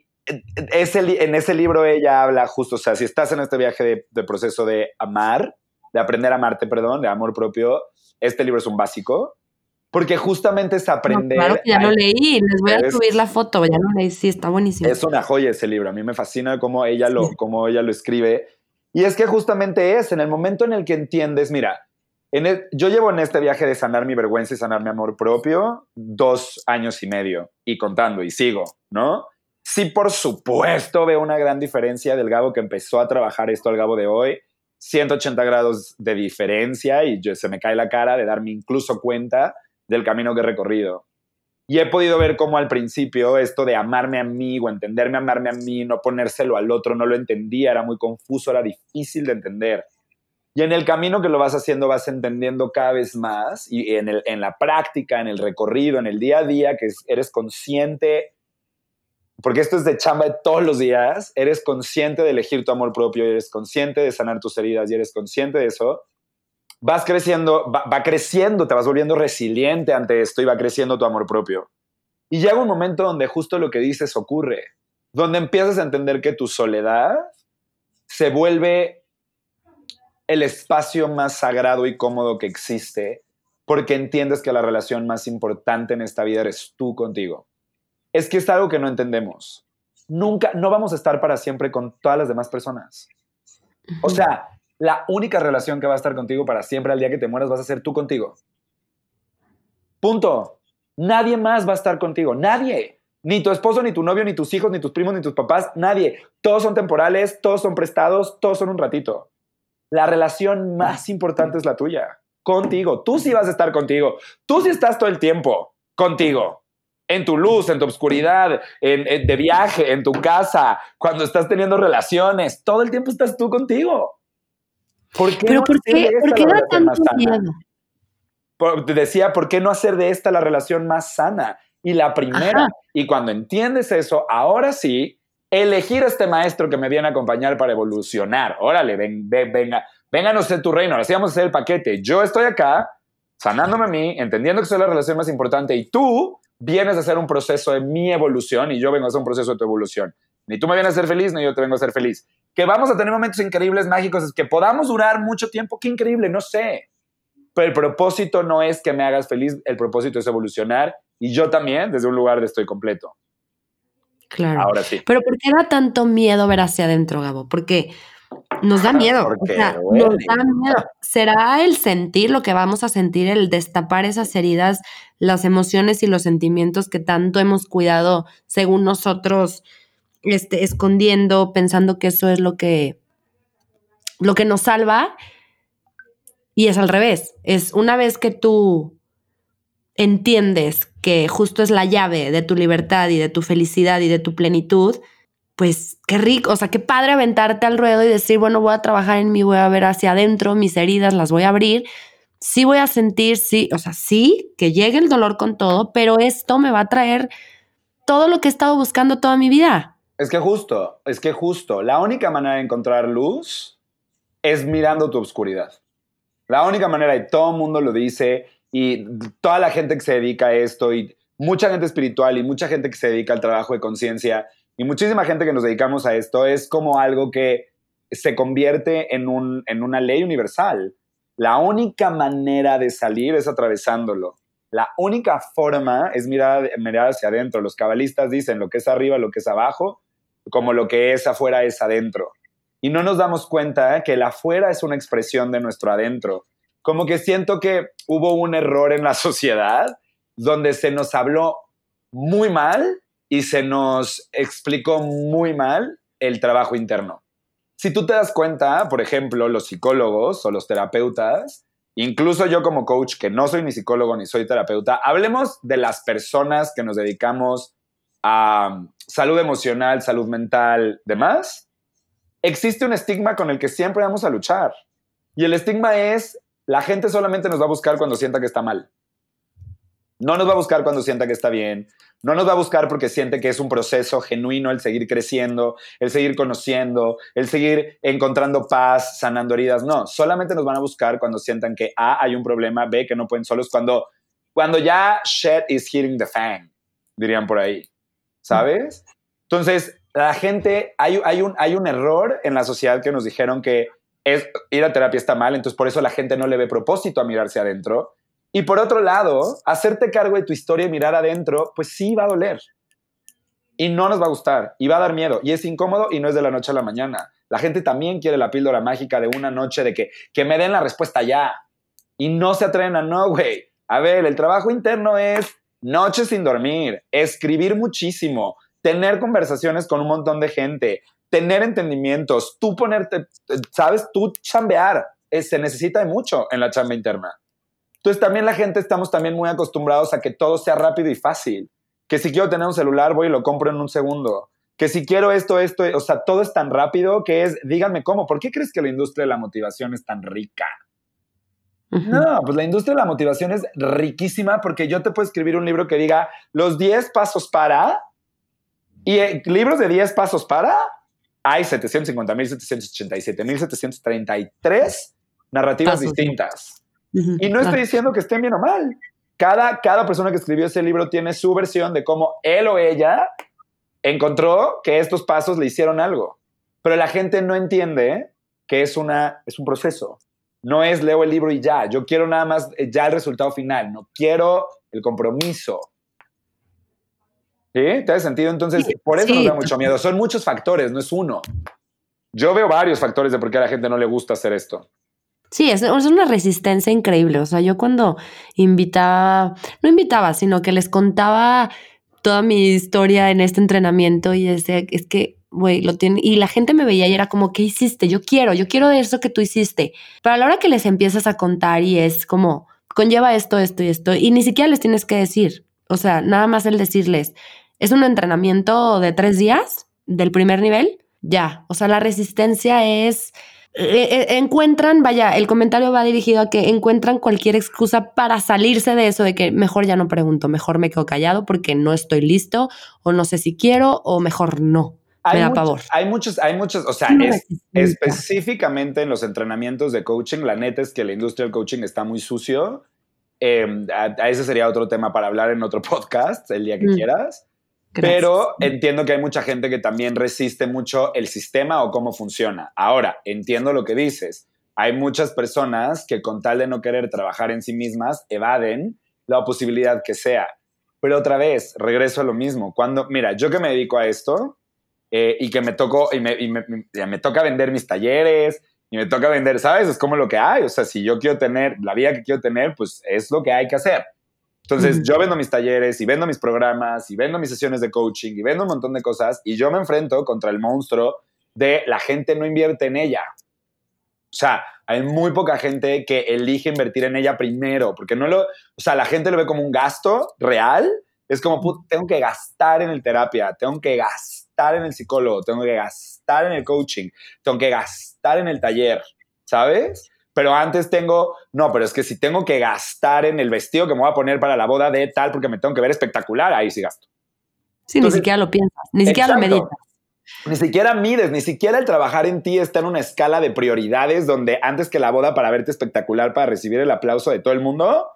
ese, en ese libro ella habla justo, o sea, si estás en este viaje de, de proceso de amar, de aprender a amarte, perdón, de amor propio, este libro es un básico. Porque justamente es aprender... No, claro que ya lo leí, les voy a subir la foto, ya lo leí, sí, está buenísimo. Es una joya ese libro, a mí me fascina cómo ella, sí. lo, cómo ella lo escribe. Y es que justamente es, en el momento en el que entiendes, mira, en el, yo llevo en este viaje de sanar mi vergüenza y sanar mi amor propio dos años y medio, y contando, y sigo, ¿no? Sí, por supuesto, veo una gran diferencia del Gabo que empezó a trabajar esto al Gabo de hoy, ciento ochenta grados de diferencia, y yo, se me cae la cara de darme incluso cuenta del camino que he recorrido. Y he podido ver cómo al principio esto de amarme a mí o entenderme amarme a mí, no ponérselo al otro, no lo entendía, era muy confuso, era difícil de entender. Y en el camino que lo vas haciendo vas entendiendo cada vez más y en, el, en la práctica, en el recorrido, en el día a día, que eres consciente porque esto es de chamba de todos los días, eres consciente de elegir tu amor propio, eres consciente de sanar tus heridas y eres consciente de eso, vas creciendo, va, va creciendo, te vas volviendo resiliente ante esto y va creciendo tu amor propio. Y llega un momento donde justo lo que dices ocurre, donde empiezas a entender que tu soledad se vuelve el espacio más sagrado y cómodo que existe, porque entiendes que la relación más importante en esta vida eres tú contigo. Es que es algo que no entendemos. Nunca, no vamos a estar para siempre con todas las demás personas. O sea, la única relación que va a estar contigo para siempre al día que te mueras vas a ser tú contigo. Punto. Nadie más va a estar contigo. Nadie. Ni tu esposo, ni tu novio, ni tus hijos, ni tus primos, ni tus papás. Nadie. Todos son temporales, todos son prestados, todos son un ratito. La relación más importante es la tuya. Contigo. Tú sí vas a estar contigo. Tú sí estás todo el tiempo contigo. En tu luz, en tu oscuridad, en, en, de viaje, en tu casa, cuando estás teniendo relaciones. Todo el tiempo estás tú contigo. ¿Por qué Pero no ¿por qué, ¿por qué da tanto miedo? Por, te decía, ¿por qué no hacer de esta la relación más sana? Y la primera, Ajá. y cuando entiendes eso, ahora sí, elegir a este maestro que me viene a acompañar para evolucionar. Órale, ven, ven, venga, vénganos en tu reino, ahora sí vamos a hacer el paquete. Yo estoy acá, sanándome a mí, entendiendo que soy la relación más importante, y tú vienes a hacer un proceso de mi evolución y yo vengo a hacer un proceso de tu evolución. Ni tú me vienes a ser feliz, ni yo te vengo a ser feliz. Que vamos a tener momentos increíbles, mágicos, es que podamos durar mucho tiempo, qué increíble, no sé. Pero el propósito no es que me hagas feliz, el propósito es evolucionar y yo también desde un lugar de estoy completo. Claro. Ahora sí. Pero ¿por qué da tanto miedo ver hacia adentro, Gabo? Porque nos da miedo. Porque, o sea, bueno. nos da miedo. ¿Será el sentir lo que vamos a sentir, el destapar esas heridas, las emociones y los sentimientos que tanto hemos cuidado según nosotros, este, escondiendo, pensando que eso es lo que, lo que nos salva? Y es al revés. Es una vez que tú entiendes que justo es la llave de tu libertad y de tu felicidad y de tu plenitud, pues qué rico, o sea, qué padre aventarte al ruedo y decir, bueno, voy a trabajar en mí, voy a ver hacia adentro, mis heridas las voy a abrir, sí voy a sentir, sí, o sea, sí, que llegue el dolor con todo, pero esto me va a traer todo lo que he estado buscando toda mi vida. Es que justo, es que justo, la única manera de encontrar luz es mirando tu oscuridad. La única manera, y todo el mundo lo dice, y toda la gente que se dedica a esto, y mucha gente espiritual, y mucha gente que se dedica al trabajo de conciencia, y muchísima gente que nos dedicamos a esto, es como algo que se convierte en, un, en una ley universal. La única manera de salir es atravesándolo. La única forma es mirar, mirar hacia adentro. Los cabalistas dicen lo que es arriba, lo que es abajo, como lo que es afuera es adentro. Y no nos damos cuenta ¿eh? que el afuera es una expresión de nuestro adentro. Como que siento que hubo un error en la sociedad donde se nos habló muy mal y se nos explicó muy mal el trabajo interno. Si tú te das cuenta, por ejemplo, los psicólogos o los terapeutas, incluso yo como coach, que no soy ni psicólogo ni soy terapeuta, hablemos de las personas que nos dedicamos a salud emocional, salud mental, demás. Existe un estigma con el que siempre vamos a luchar. Y el estigma es, la gente solamente nos va a buscar cuando sienta que está mal. No nos va a buscar cuando sienta que está bien. No nos va a buscar porque siente que es un proceso genuino el seguir creciendo, el seguir conociendo, el seguir encontrando paz, sanando heridas. No, solamente nos van a buscar cuando sientan que A, hay un problema, B, que no pueden solos, cuando, cuando ya shit is hitting the fan, dirían por ahí. ¿Sabes? Entonces, la gente, hay, hay, un, hay un error en la sociedad que nos dijeron que es, ir a terapia está mal, entonces por eso la gente no le ve propósito a mirarse adentro. Y por otro lado, hacerte cargo de tu historia y mirar adentro, pues sí va a doler. Y no nos va a gustar, y va a dar miedo, y es incómodo y no es de la noche a la mañana. La gente también quiere la píldora mágica de una noche de que, que me den la respuesta ya. Y no se atreven a no, güey. A ver, el trabajo interno es noches sin dormir, escribir muchísimo, tener conversaciones con un montón de gente, tener entendimientos, tú ponerte, ¿sabes? Tú chambear. Es, se necesita de mucho en la chamba interna. Entonces también la gente estamos también muy acostumbrados a que todo sea rápido y fácil. Que si quiero tener un celular voy y lo compro en un segundo. Que si quiero esto, esto, o sea, todo es tan rápido que es, díganme cómo, ¿por qué crees que la industria de la motivación es tan rica? Uh-huh. No, pues la industria de la motivación es riquísima porque yo te puedo escribir un libro que diga los diez pasos para... Y eh, libros de diez pasos para... Hay setecientos cincuenta mil setecientos ochenta y siete mil setecientos treinta y tres narrativas pasos distintas. Uh-huh. Y no estoy diciendo que estén bien o mal. Cada, cada persona que escribió ese libro tiene su versión de cómo él o ella encontró que estos pasos le hicieron algo. Pero la gente no entiende que es, una, es un proceso. No es leo el libro y ya. Yo quiero nada más ya el resultado final. No quiero el compromiso. ¿Sí? ¿Te has sentido? Entonces, por eso sí, nos da mucho miedo. Son muchos factores, no es uno. Yo veo varios factores de por qué a la gente no le gusta hacer esto. Sí, es, es una resistencia increíble. O sea, yo cuando invitaba, no invitaba, sino que les contaba toda mi historia en este entrenamiento y decía, es que, güey, lo tiene. Y la gente me veía y era como, ¿qué hiciste? Yo quiero, yo quiero de eso que tú hiciste. Pero a la hora que les empiezas a contar y es como, conlleva esto, esto y esto, y ni siquiera les tienes que decir. O sea, nada más el decirles, es un entrenamiento de tres días del primer nivel, ya. O sea, la resistencia es... Eh, encuentran, vaya, el comentario va dirigido a que encuentran cualquier excusa para salirse de eso de que mejor ya no pregunto, mejor me quedo callado porque no estoy listo o no sé si quiero o mejor no. Hay me da muchos, pavor. Hay muchos, hay muchos, o sea, no es, específicamente en los entrenamientos de coaching, la neta es que la industria del coaching está muy sucio. Eh, a, a ese sería otro tema para hablar en otro podcast, el día que mm. quieras. Gracias. Pero entiendo que hay mucha gente que también resiste mucho el sistema o cómo funciona. Ahora, entiendo lo que dices. Hay muchas personas que con tal de no querer trabajar en sí mismas, evaden la posibilidad que sea. Pero otra vez, regreso a lo mismo. Cuando, mira, yo que me dedico a esto eh, y que me, toco, y me, y me, me, me toca vender mis talleres y me toca vender, ¿sabes? Es como lo que hay. O sea, si yo quiero tener la vida que quiero tener, pues es lo que hay que hacer. Entonces, uh-huh. yo vendo mis talleres y vendo mis programas y vendo mis sesiones de coaching y vendo un montón de cosas y yo me enfrento contra el monstruo de la gente no invierte en ella. O sea, hay muy poca gente que elige invertir en ella primero porque no lo... O sea, la gente lo ve como un gasto real. Es como, put, tengo que gastar en el terapia, tengo que gastar en el psicólogo, tengo que gastar en el coaching, tengo que gastar en el taller, ¿sabes? Pero antes tengo, no, pero es que si tengo que gastar en el vestido que me voy a poner para la boda de tal porque me tengo que ver espectacular, ahí sí gasto. Sí, Entonces, ni siquiera lo piensas, ni siquiera exacto, lo meditas. Ni siquiera mides, ni siquiera el trabajar en ti está en una escala de prioridades donde antes que la boda para verte espectacular, para recibir el aplauso de todo el mundo,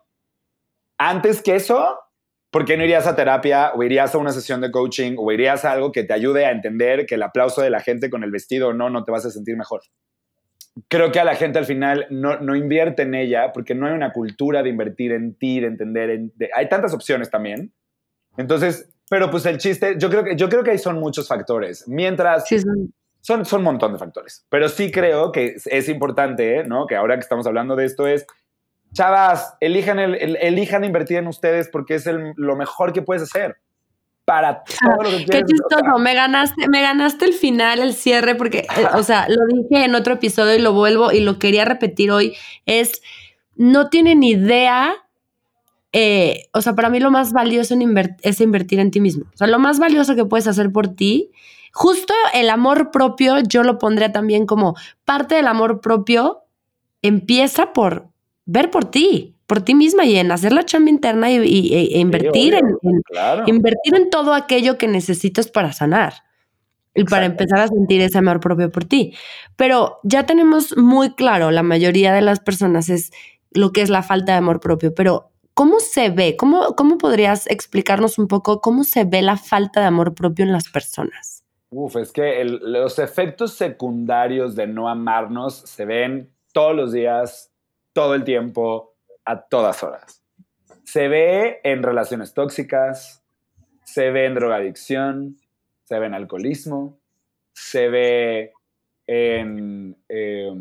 antes que eso, ¿por qué no irías a terapia o irías a una sesión de coaching o irías a algo que te ayude a entender que el aplauso de la gente con el vestido o no, no te vas a sentir mejor? Creo que a la gente al final no, no invierte en ella porque no hay una cultura de invertir en ti, de entender. En, de, hay tantas opciones también. Entonces, pero pues el chiste, yo creo que, yo creo que ahí son muchos factores. Mientras, sí, son, son, son un montón de factores. Pero sí creo que es, es importante, ¿no? Que ahora que estamos hablando de esto es, chavas, elijan, el, el, elijan invertir en ustedes porque es el, lo mejor que puedes hacer. Para todo lo que quieres. Qué chistoso, o sea, me ganaste, me ganaste el final, el cierre, porque, o sea, lo dije en otro episodio y lo vuelvo y lo quería repetir hoy, es, no tienen idea, eh, o sea, para mí lo más valioso en invert- es invertir en ti mismo. O sea, lo más valioso que puedes hacer por ti, justo el amor propio, yo lo pondría también como parte del amor propio, empieza por ver por ti. por ti misma y en hacer la chamba interna y, y, e invertir, sí, en, en, claro. invertir en todo aquello que necesitas para sanar y Exacto. para empezar a sentir ese amor propio por ti. Pero ya tenemos muy claro, la mayoría de las personas es lo que es la falta de amor propio, pero ¿cómo se ve? ¿Cómo, cómo podrías explicarnos un poco cómo se ve la falta de amor propio en las personas? Uf, es que el, los efectos secundarios de no amarnos se ven todos los días, todo el tiempo, a todas horas. Se ve en relaciones tóxicas, se ve en drogadicción, se ve en alcoholismo, se ve en eh,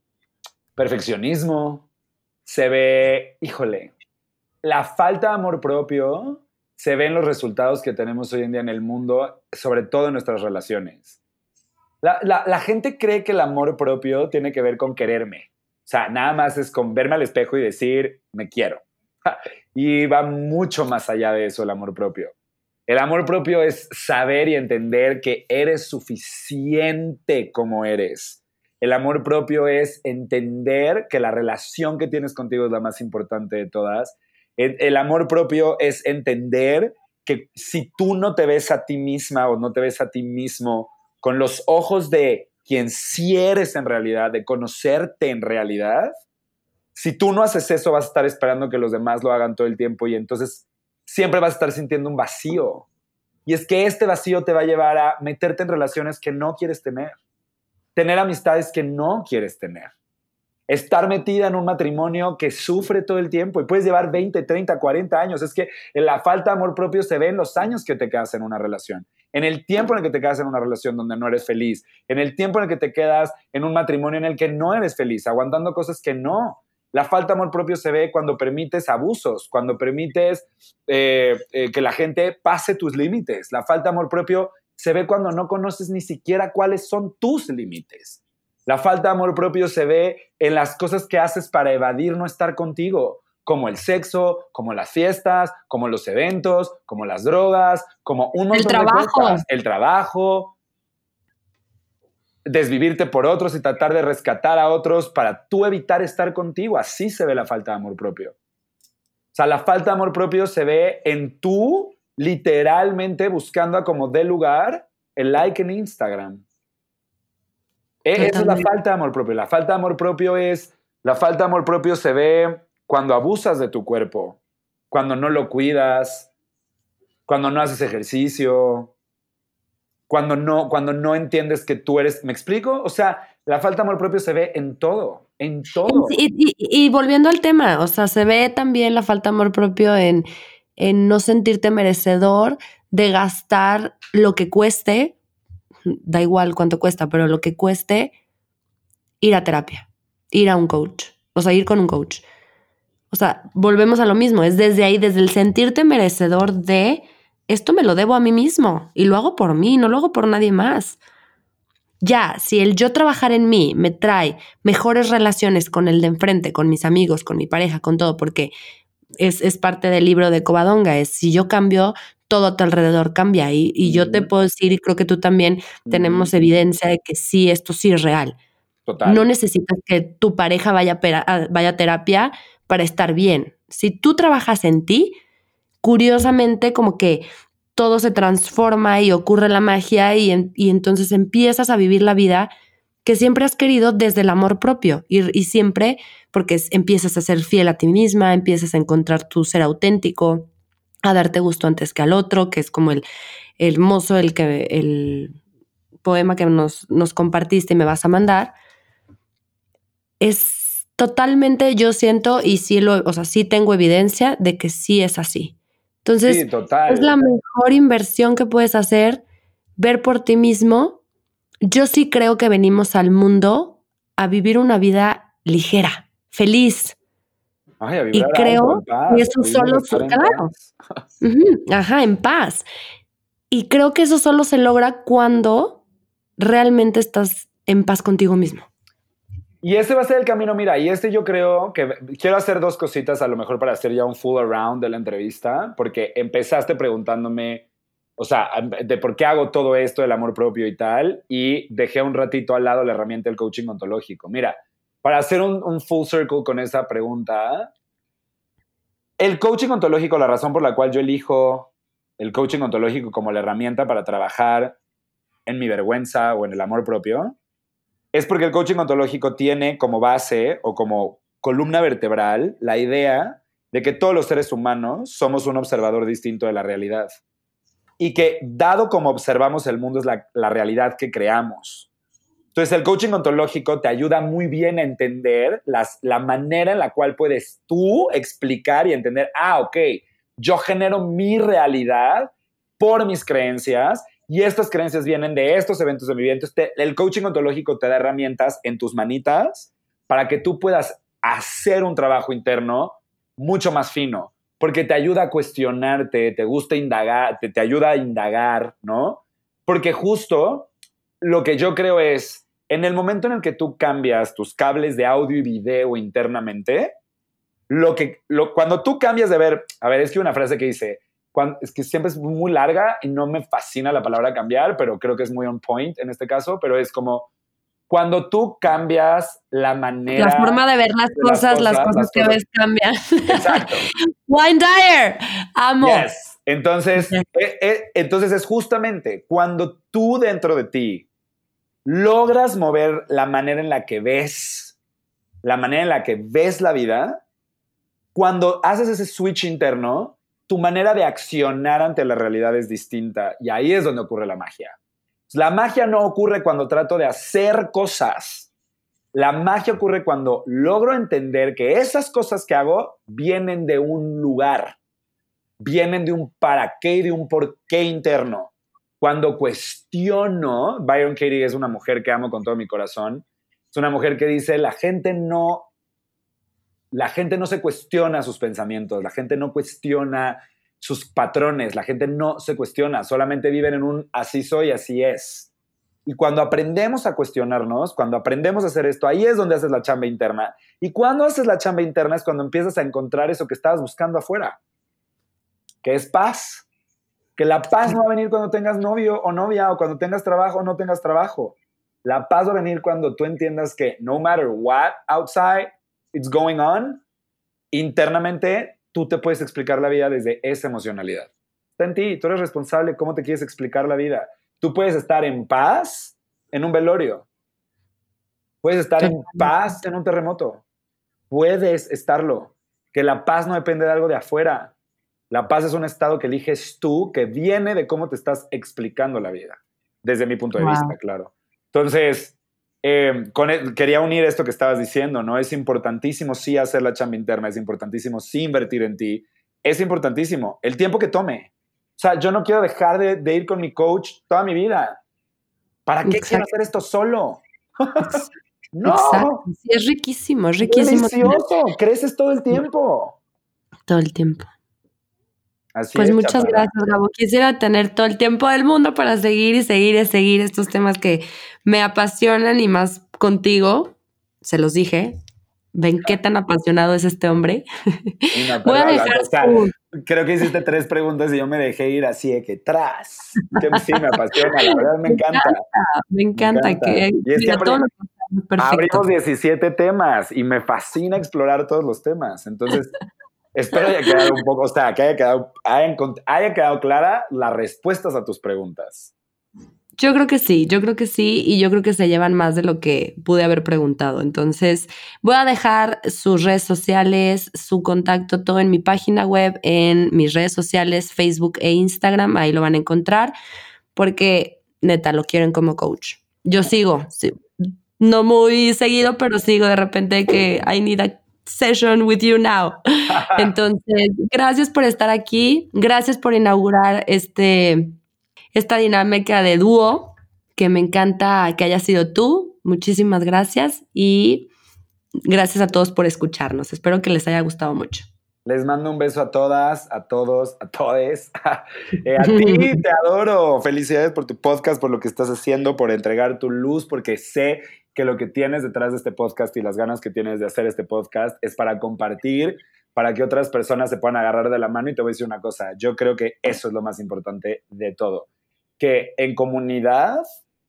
perfeccionismo, se ve, híjole, la falta de amor propio se ve en los resultados que tenemos hoy en día en el mundo, sobre todo en nuestras relaciones. La, la, la gente cree que el amor propio tiene que ver con quererme. O sea, nada más es con verme al espejo y decir, me quiero. Y va mucho más allá de eso el amor propio. El amor propio es saber y entender que eres suficiente como eres. El amor propio es entender que la relación que tienes contigo es la más importante de todas. El, el amor propio es entender que si tú no te ves a ti misma o no te ves a ti mismo con los ojos de quien sí eres en realidad, de conocerte en realidad, si tú no haces eso, vas a estar esperando que los demás lo hagan todo el tiempo y entonces siempre vas a estar sintiendo un vacío. Y es que este vacío te va a llevar a meterte en relaciones que no quieres tener, tener amistades que no quieres tener, estar metida en un matrimonio que sufre todo el tiempo y puedes llevar veinte, treinta, cuarenta años. Es que la falta de amor propio se ve en los años que te quedas en una relación, en el tiempo en el que te quedas en una relación donde no eres feliz, en el tiempo en el que te quedas en un matrimonio en el que no eres feliz, aguantando cosas que no. La falta de amor propio se ve cuando permites abusos, cuando permites eh, eh, que la gente pase tus límites. La falta de amor propio se ve cuando no conoces ni siquiera cuáles son tus límites. La falta de amor propio se ve en las cosas que haces para evadir no estar contigo, como el sexo, como las fiestas, como los eventos, como las drogas, como un montón el trabajo. de cosas. El trabajo, desvivirte por otros y tratar de rescatar a otros para tú evitar estar contigo. Así se ve la falta de amor propio. O sea, la falta de amor propio se ve en tú literalmente buscando a como dé lugar el like en Instagram. Esa es la falta de amor propio. La falta de amor propio es, la falta de amor propio se ve cuando abusas de tu cuerpo, cuando no lo cuidas, cuando no haces ejercicio, cuando no, cuando no entiendes que tú eres, ¿me explico? O sea, la falta de amor propio se ve en todo, en todo. Y, y, y volviendo al tema, o sea, se ve también la falta de amor propio en, en no sentirte merecedor de gastar lo que cueste, da igual cuánto cuesta, pero lo que cueste ir a terapia, ir a un coach, o sea, ir con un coach. O sea, volvemos a lo mismo, es desde ahí, desde el sentirte merecedor de esto me lo debo a mí mismo y lo hago por mí, no lo hago por nadie más. Ya, si el yo trabajar en mí me trae mejores relaciones con el de enfrente, con mis amigos, con mi pareja, con todo, porque es, es parte del libro de Covadonga, es si yo cambio, todo a tu alrededor cambia. Y, y yo te puedo decir, y creo que tú también tenemos evidencia de que sí, esto sí es real. Total. No necesitas que tu pareja vaya a, vaya a terapia para estar bien. Si tú trabajas en ti, curiosamente como que todo se transforma y ocurre la magia y, en, y entonces empiezas a vivir la vida que siempre has querido desde el amor propio y, y siempre porque es, empiezas a ser fiel a ti misma, empiezas a encontrar tu ser auténtico, a darte gusto antes que al otro, que es como el, el mozo, el, que, el poema que nos, nos compartiste y me vas a mandar. Es totalmente, yo siento, y sí, lo, o sea, sí tengo evidencia de que sí es así. Entonces, sí, total. Es la mejor inversión que puedes hacer, ver por ti mismo. Yo sí creo que venimos al mundo a vivir una vida ligera, feliz. Ay, a y creo que eso solo, claro, uh-huh, ajá, en paz. Y creo que eso solo se logra cuando realmente estás en paz contigo mismo. Y este va a ser el camino, mira, y este yo creo que quiero hacer dos cositas a lo mejor para hacer ya un full around de la entrevista, porque empezaste preguntándome, o sea, de por qué hago todo esto del amor propio y tal, y dejé un ratito al lado la herramienta del coaching ontológico. Mira, para hacer un, un full circle con esa pregunta, el coaching ontológico, la razón por la cual yo elijo el coaching ontológico como la herramienta para trabajar en mi vergüenza o en el amor propio, es porque el coaching ontológico tiene como base o como columna vertebral la idea de que todos los seres humanos somos un observador distinto de la realidad y que dado como observamos el mundo es la, la realidad que creamos. Entonces el coaching ontológico te ayuda muy bien a entender las, la manera en la cual puedes tú explicar y entender, ah, ok, yo genero mi realidad por mis creencias y estas creencias vienen de estos eventos de mi vida. Entonces te, el coaching ontológico te da herramientas en tus manitas para que tú puedas hacer un trabajo interno mucho más fino, porque te ayuda a cuestionarte, te gusta indagar, te, te ayuda a indagar, ¿no? Porque justo lo que yo creo es, en el momento en el que tú cambias tus cables de audio y video internamente, lo que, lo, cuando tú cambias de ver, a ver, es que una frase que dice, cuando, es que siempre es muy larga y no me fascina la palabra cambiar, pero creo que es muy on point en este caso, pero es como, cuando tú cambias la manera... La forma de ver las, de cosas, las cosas, las cosas que ves cambian. Exacto. Wayne Dyer, amo. Yes. Entonces, Ujú. eh, eh, entonces es justamente cuando tú dentro de ti logras mover la manera en la que ves, la manera en la que ves la vida, cuando haces ese switch interno, tu manera de accionar ante la realidad es distinta y ahí es donde ocurre la magia. La magia no ocurre cuando trato de hacer cosas. La magia ocurre cuando logro entender que esas cosas que hago vienen de un lugar, vienen de un para qué y de un por qué interno. Cuando cuestiono, Byron Katie es una mujer que amo con todo mi corazón, es una mujer que dice, la gente no, la gente no se cuestiona sus pensamientos, la gente no cuestiona sus patrones, la gente no se cuestiona, solamente viven en un así soy, así es. Y cuando aprendemos a cuestionarnos, cuando aprendemos a hacer esto, ahí es donde haces la chamba interna. Y cuando haces la chamba interna es cuando empiezas a encontrar eso que estabas buscando afuera, que es paz. Que la paz no va a venir cuando tengas novio o novia, o cuando tengas trabajo o no tengas trabajo. La paz va a venir cuando tú entiendas que no matter what outside it's going on, internamente tú te puedes explicar la vida desde esa emocionalidad. Está en ti, tú eres responsable de cómo te quieres explicar la vida. Tú puedes estar en paz en un velorio. Puedes estar en paz en un terremoto. Puedes estarlo. Que la paz no depende de algo de afuera. La paz es un estado que eliges tú, que viene de cómo te estás explicando la vida. Desde mi punto de Wow. vista, claro. Entonces, eh, con el, quería unir esto que estabas diciendo, ¿no? Es importantísimo sí hacer la chamba interna, es importantísimo sí invertir en ti, es importantísimo el tiempo que tome. O sea, yo no quiero dejar de, de ir con mi coach toda mi vida. ¿Para qué Exacto. quiero hacer esto solo? No. Exacto. Sí, es riquísimo, es riquísimo. Delicioso. Creces todo el tiempo. Todo el tiempo. Así Pues es, muchas chaparra. gracias, Gabo. Quisiera tener todo el tiempo del mundo para seguir y seguir y seguir estos temas que me apasionan y más contigo. Se los dije. ¿Ven qué tan apasionado es este hombre? Y no, Voy a pero, dejar o sea, su- creo que hiciste tres preguntas y yo me dejé ir así de que tras. Que sí, me apasiona, la verdad me encanta. Me encanta, Me encanta. que, Y es que mira, abri- todo lo que hacemos, perfecto. Abrimos diecisiete temas y me fascina explorar todos los temas. Entonces, espero haya quedado un poco, o sea, que haya quedado, haya, encont- haya quedado clara las respuestas a tus preguntas. Yo creo que sí, yo creo que sí, y yo creo que se llevan más de lo que pude haber preguntado. Entonces, voy a dejar sus redes sociales, su contacto, todo en mi página web, en mis redes sociales, Facebook e Instagram, ahí lo van a encontrar, porque neta, lo quieren como coach. Yo sigo, sí, no muy seguido, pero sigo de repente que I need a session with you now. Entonces, gracias por estar aquí, gracias por inaugurar este... esta dinámica de dúo, que me encanta que haya sido tú. Muchísimas gracias y gracias a todos por escucharnos. Espero que les haya gustado mucho. Les mando un beso a todas, a todos, a todes. Eh, a ti te adoro. Felicidades por tu podcast, por lo que estás haciendo, por entregar tu luz, porque sé que lo que tienes detrás de este podcast y las ganas que tienes de hacer este podcast es para compartir, para que otras personas se puedan agarrar de la mano. Y te voy a decir una cosa, yo creo que eso es lo más importante de todo. Que en comunidad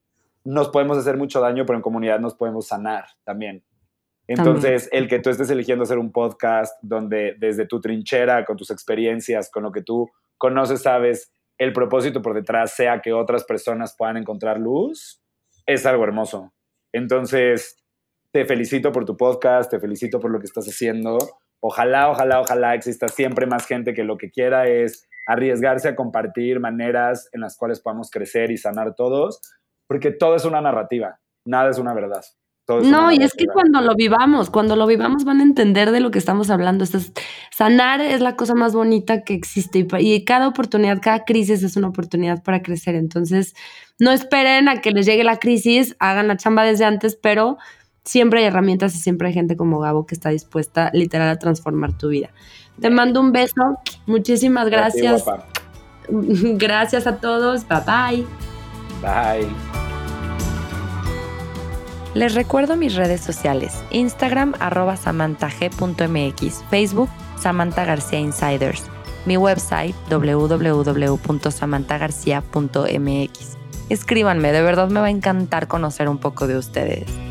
nos podemos hacer mucho daño, pero en comunidad nos podemos sanar también. Entonces, también. El que tú estés eligiendo hacer un podcast donde desde tu trinchera, con tus experiencias, con lo que tú conoces, sabes, el propósito por detrás sea que otras personas puedan encontrar luz, es algo hermoso. Entonces, te felicito por tu podcast, te felicito por lo que estás haciendo. Ojalá, ojalá, ojalá exista siempre más gente que lo que quiera es arriesgarse a compartir maneras en las cuales podamos crecer y sanar todos, porque todo es una narrativa, nada es una verdad. Todo es no, una y es que cuando lo vivamos, cuando lo vivamos van a entender de lo que estamos hablando. Entonces, sanar es la cosa más bonita que existe y, y cada oportunidad, cada crisis es una oportunidad para crecer. Entonces, no esperen a que les llegue la crisis, hagan la chamba desde antes, pero siempre hay herramientas y siempre hay gente como Gabo que está dispuesta literal a transformar tu vida. Te mando un beso. Muchísimas gracias. Gracias, gracias a todos. Bye bye. Bye. Les recuerdo mis redes sociales. Instagram, arroba samantag.mx. Facebook, Samantha García Insiders. Mi website, w w w punto samantha garcía punto m x. Escríbanme, de verdad me va a encantar conocer un poco de ustedes.